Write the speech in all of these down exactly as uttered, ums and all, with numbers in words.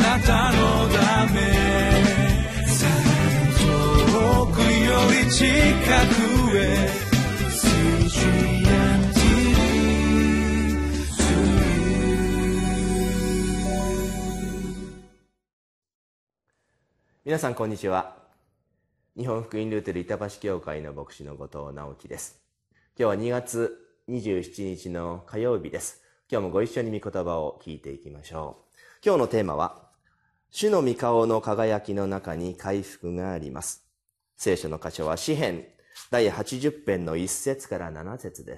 なたのため遠くより近くへ皆さんこんにちは。日本福音ルーテル板橋教会の牧師の後藤直樹です。今日はにがつにじゅうしちにちの火曜日です。今日もご一緒に御言葉を聞いていきましょう。今日のテーマは、主の御顔の輝きの中に回復があります。聖書の箇所は詩編だいはちじゅっぺんのいっせつからななせつです。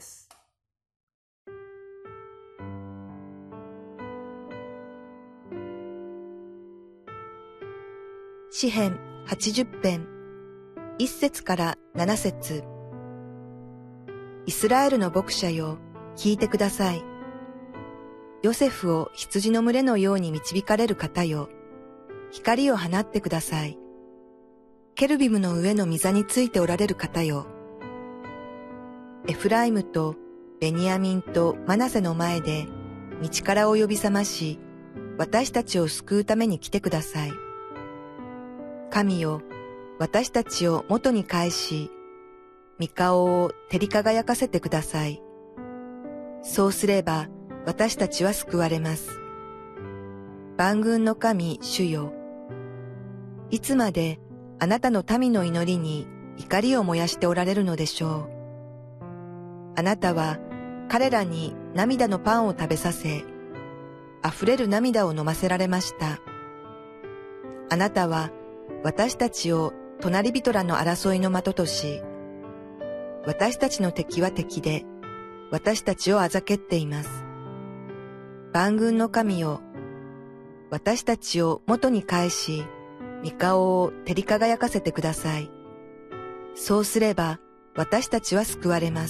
詩編はちじゅっぺんいっせつからななせつ。イスラエルの牧者よ、聞いてください。ヨセフを羊の群れのように導かれる方よ、光を放ってください。ケルビムの上の御座についておられる方よ、エフライムとベニヤミンとマナセの前で道からを呼び覚まし、私たちを救うために来てください。神よ、私たちを元に返し、御顔を照り輝かせてください。そうすれば私たちは救われます。万軍の神主よ、いつまであなたの民の祈りに怒りを燃やしておられるのでしょう。あなたは彼らに涙のパンを食べさせ、溢れる涙を飲ませられました。あなたは私たちを隣人らの争いの的とし、私たちの敵は敵で、私たちをあざけっています。万軍の神よ、私たちを元に返し、御顔を照り輝かせてください。そうすれば私たちは救われます。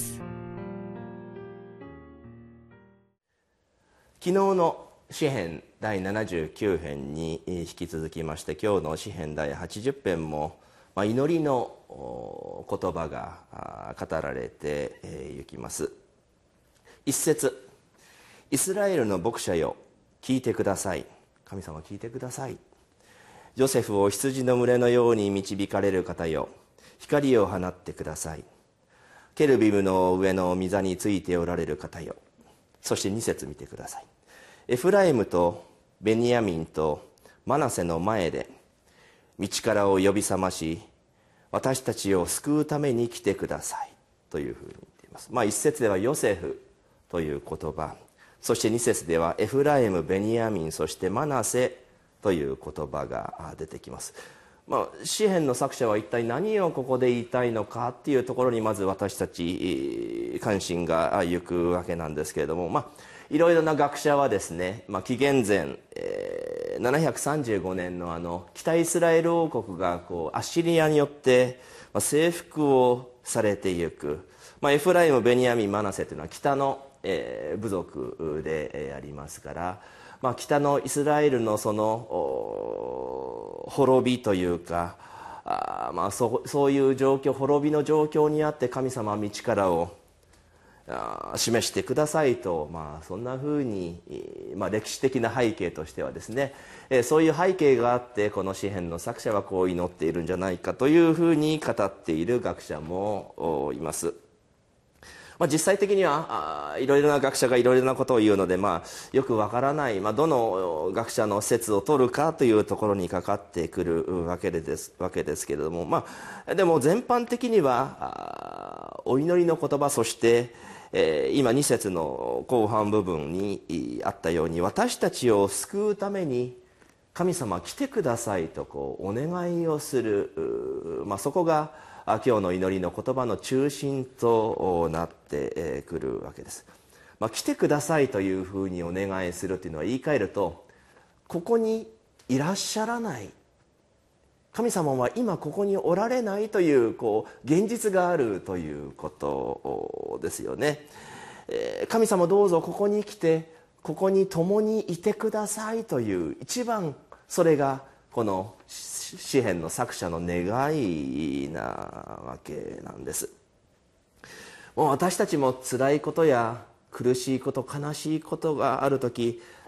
昨日の詩編だいななじゅうきゅうへんに引き続きまして、今日の詩編だいはちじゅっぺんも、まあ、祈りの言葉が語られていきます。一節、イスラエルの牧者よ、聞いてください。神様聞いてください。ジョセフを羊の群れのように導かれる方よ、光を放ってください。ケルビムの上の御座についておられる方よ。そしてに節見てください。エフライムとベニヤミンとマナセの前で道からを呼び覚まし、私たちを救うために来てくださいというふうに言っています。まあ一節ではヨセフという言葉、そして二節ではエフライム、ベニヤミン、そしてマナセという言葉が出てきます。まあ、詩編の作者は一体何をここで言いたいのかっていうところにまず私たち関心がいくわけなんですけれども、まあいろいろな学者はですね、まあ、紀元前、えー、ななひゃくさんじゅうごねんのあの北イスラエル王国がこうアッシリアによって、まあ、征服をされていく、まあ、エフライム、ベニヤミン、マナセというのは北の、えー、部族で、えー、ありますから、まあ、北のイスラエルのその滅びというか、あ、まあ、そ, そういう状況、滅びの状況にあって神様は道からを示してくださいと、まあ、そんなふうに、まあ、歴史的な背景としてはですね、そういう背景があってこの詩編の作者はこう祈っているんじゃないかというふうに語っている学者もいます。まあ、実際的にはいろいろな学者がいろいろなことを言うので、まあ、よくわからない、まあ、どの学者の説を取るかというところにかかってくるわけです、わけですけれども、まあ、でも全般的にはお祈りの言葉、そしてえー、今に節の後半部分にあったように、私たちを救うために神様来てくださいとこうお願いをする、まあ、そこが今日の祈りの言葉の中心となってくるわけです。まあ、来てくださいというふうにお願いするというのは、言い換えるとここにいらっしゃらない、神様は今ここにおられないという、こう現実があるということですよね。えー、神様どうぞここに来てここに共にいてくださいという、一番それがこの詩編の作者の願いなわけなんです。もう私たちも辛いことや苦しいこと、悲しいことがあるとき、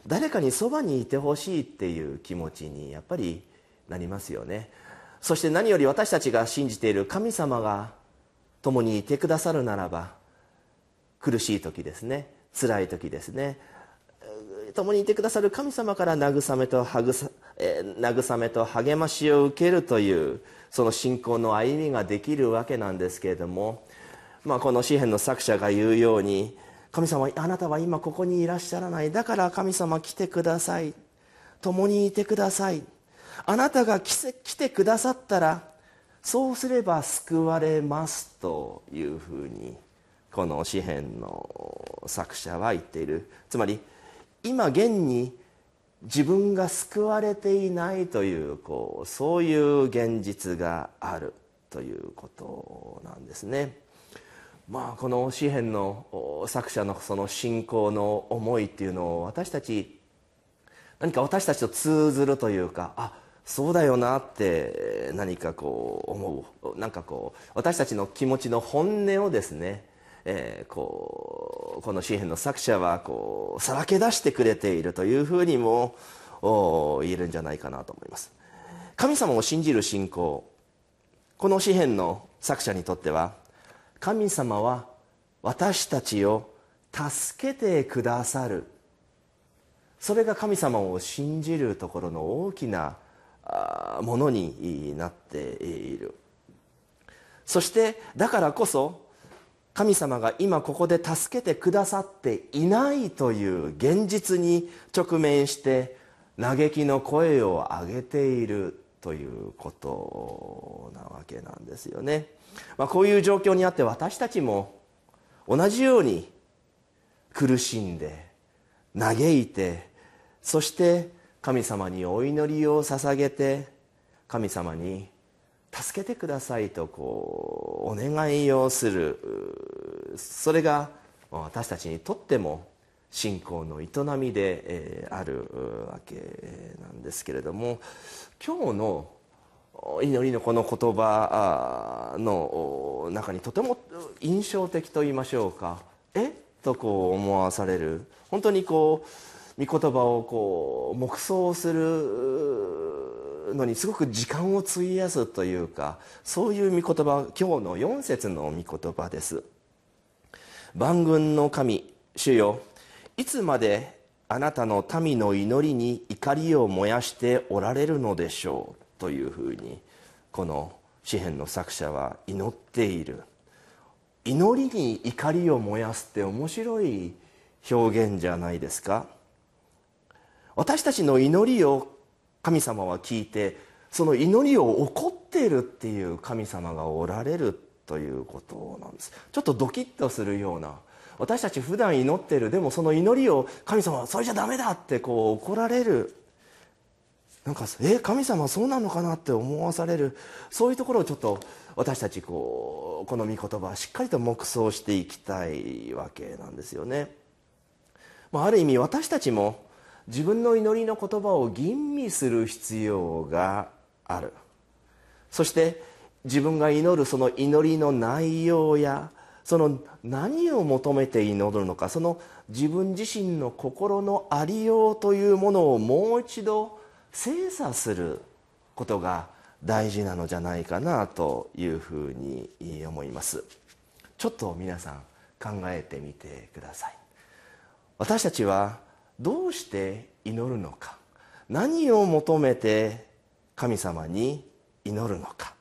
誰かにそばにいてほしいっていう気持ちにやっぱりなりますよね。そして何より私たちが信じている神様が共にいてくださるならば、苦しい時ですね、辛い時ですね、共にいてくださる神様から慰めとはぐさ、えー、慰めと励ましを受けるというその信仰の歩みができるわけなんですけれども、まあ、この詩篇の作者が言うように、神様あなたは今ここにいらっしゃらない、だから神様来てください、共にいてください、あなたが来て、来てくださったらそうすれば救われますというふうにこの詩篇の作者は言っている。つまり今現に自分が救われていないという、こうそういう現実があるということなんですね。まあ、この詩篇の作者のその信仰の思いっていうのを私たち何か私たちと通ずるというか、あ、そうだよなって何かこう思う、なんかこう私たちの気持ちの本音をですね、えー、こうこの詩篇の作者はこうさらけ出してくれているというふうにも言えるんじゃないかなと思います。神様を信じる信仰、この詩篇の作者にとっては、神様は私たちを助けてくださる、それが神様を信じるところの大きなものになっている。そしてだからこそ神様が今ここで助けてくださっていないという現実に直面して嘆きの声を上げているということなわけなんですよね。まあ、こういう状況にあって私たちも同じように苦しんで嘆いて、そして神様にお祈りを捧げて神様に助けてくださいとこうお願いをする、それが私たちにとっても信仰の営みであるわけなんですけれども、今日の祈りのこの言葉の中にとても印象的と言いましょうか、えっとこう思わされる、本当にこう御言葉をこう黙想するのにすごく時間を費やすというか、そういう御言葉、今日のよん節の御言葉です。万軍の神主よ、いつまであなたの民の祈りに怒りを燃やしておられるのでしょうというふうにこの詩篇の作者は祈っている。祈りに怒りを燃やすって面白い表現じゃないですか。私たちの祈りを神様は聞いて、その祈りを怒っているっていう神様がおられるということなんです。ちょっとドキッとするような、私たち普段祈っている、でもその祈りを神様はそれじゃダメだってこう怒られる、なんかえ神様そうなのかなって思わされる、そういうところをちょっと私たちこうこの御言葉しっかりと黙想していきたいわけなんですよね。まあ、ある意味私たちも自分の祈りの言葉を吟味する必要がある。そして自分が祈るその祈りの内容や、その何を求めて祈るのか、その自分自身の心のありようというものをもう一度精査することが大事なのじゃないかなというふうに思います。ちょっと皆さん考えてみてください。私たちはどうして祈るのか、何を求めて神様に祈るのか。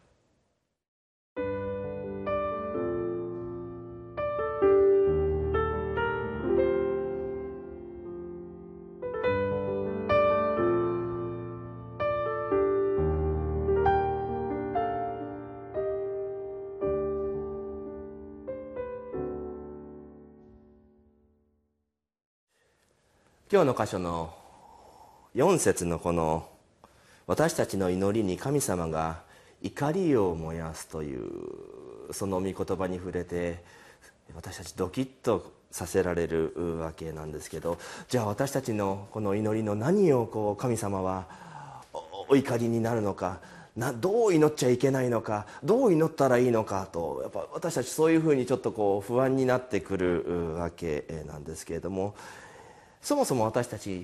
今日の箇所のよん節のこの私たちの祈りに神様が怒りを燃やすというその御言葉に触れて、私たちドキッとさせられるわけなんですけど、じゃあ私たちのこの祈りの何をこう神様はお怒りになるのか、などう祈っちゃいけないのか、どう祈ったらいいのかと、やっぱ私たちそういうふうにちょっとこう不安になってくるわけなんですけれども、そもそも私たち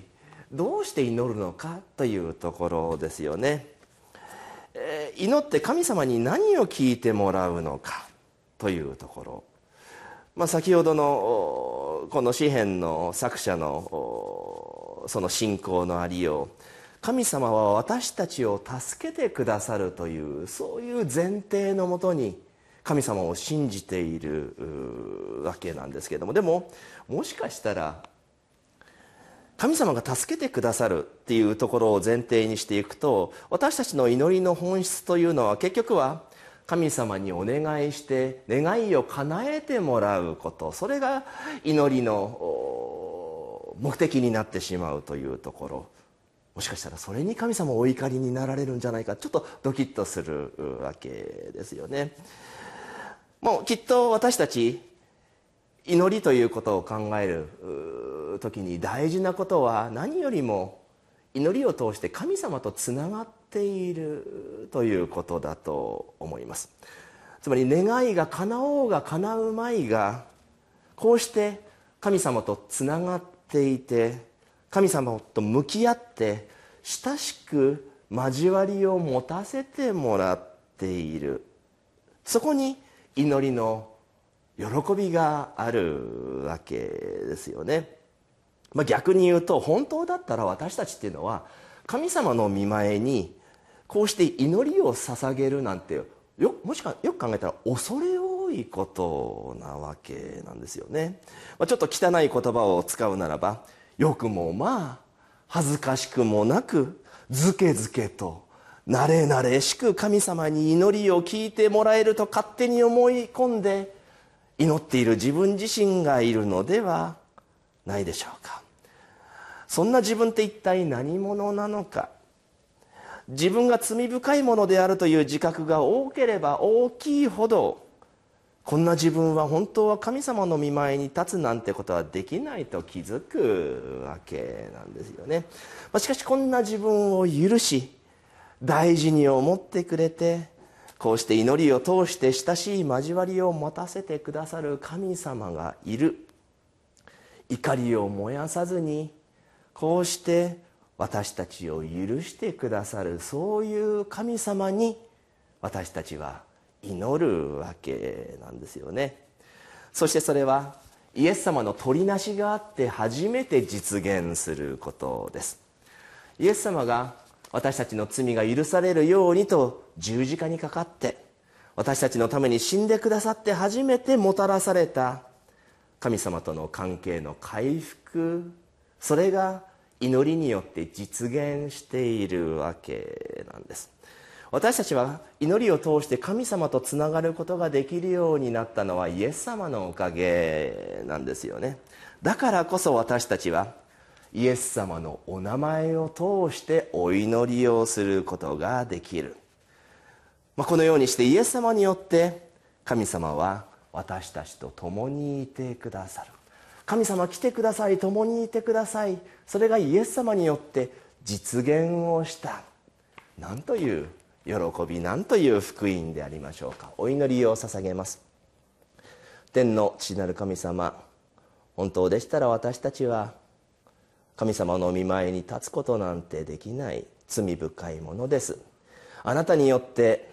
どうして祈るのかというところですよね。えー、祈って神様に何を聞いてもらうのかというところ、まあ、先ほどのこの詩編の作者のその信仰のありよう、神様は私たちを助けてくださるというそういう前提のもとに神様を信じているわけなんですけれども、でももしかしたら神様が助けてくださるっていうところを前提にしていくと、私たちの祈りの本質というのは結局は神様にお願いして願いを叶えてもらうこと、それが祈りの目的になってしまうというところ、もしかしたらそれに神様お怒りになられるんじゃないか、ちょっとドキッとするわけですよね。もうきっと私たち祈りということを考える時に大事なことは、何よりも祈りを通して神様とつながっているということだと思います。つまり願いが叶おうが叶うまいが、こうして神様とつながっていて神様と向き合って親しく交わりを持たせてもらっている、そこに祈りの喜びがあるわけですよね。まあ、逆に言うと、本当だったら私たちっていうのは神様の御前にこうして祈りを捧げるなんてよもしかよく考えたら恐れ多いことなわけなんですよね。まあ、ちょっと汚い言葉を使うならば、よくもまあ恥ずかしくもなくずけずけとなれなれしく神様に祈りを聞いてもらえると勝手に思い込んで祈っている自分自身がいるのではないでしょうか。そんな自分って一体何者なのか。自分が罪深いものであるという自覚が多ければ大きいほど、こんな自分は本当は神様の御前に立つなんてことはできないと気づくわけなんですよね。しかしこんな自分を許し大事に思ってくれて、こうして祈りを通して親しい交わりを持たせてくださる神様がいる。怒りを燃やさずにこうして私たちを許してくださる、そういう神様に私たちは祈るわけなんですよね。そしてそれはイエス様の取りなしがあって初めて実現することです。イエス様が私たちの罪が許されるようにと十字架にかかって私たちのために死んでくださって初めてもたらされた神様との関係の回復、それが祈りによって実現しているわけなんです。私たちは祈りを通して神様とつながることができるようになったのはイエス様のおかげなんですよね。だからこそ私たちはイエス様のお名前を通してお祈りをすることができる。まあ、このようにしてイエス様によって神様は私たちと共にいてくださる。神様来てください、共にいてください。それがイエス様によって実現をした。なんという喜び、なんという福音でありましょうか。お祈りを捧げます。天の父なる神様、本当でしたら私たちは神様の御前に立つことなんてできない罪深いものです。あなたによって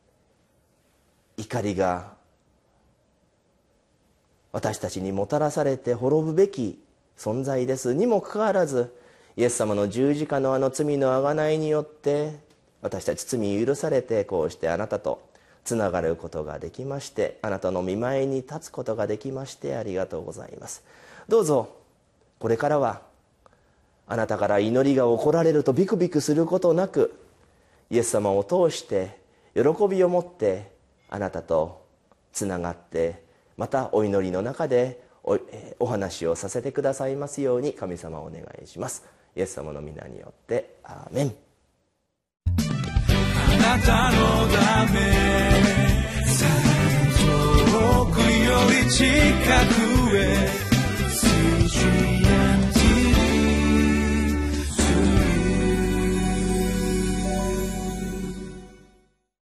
怒りが私たちにもたらされて滅ぶべき存在ですにもかかわらず、イエス様の十字架のあの罪の贖いによって私たち罪許されて、こうしてあなたとつながることができまして、あなたの御前に立つことができましてありがとうございます。どうぞこれからはあなたから祈りが起こられるとビクビクすることなく、イエス様を通して喜びを持ってあなたとつながって、またお祈りの中で お, お話をさせてくださいますように神様お願いします。イエス様の皆によってアーメン。 あなたのため遠くより近く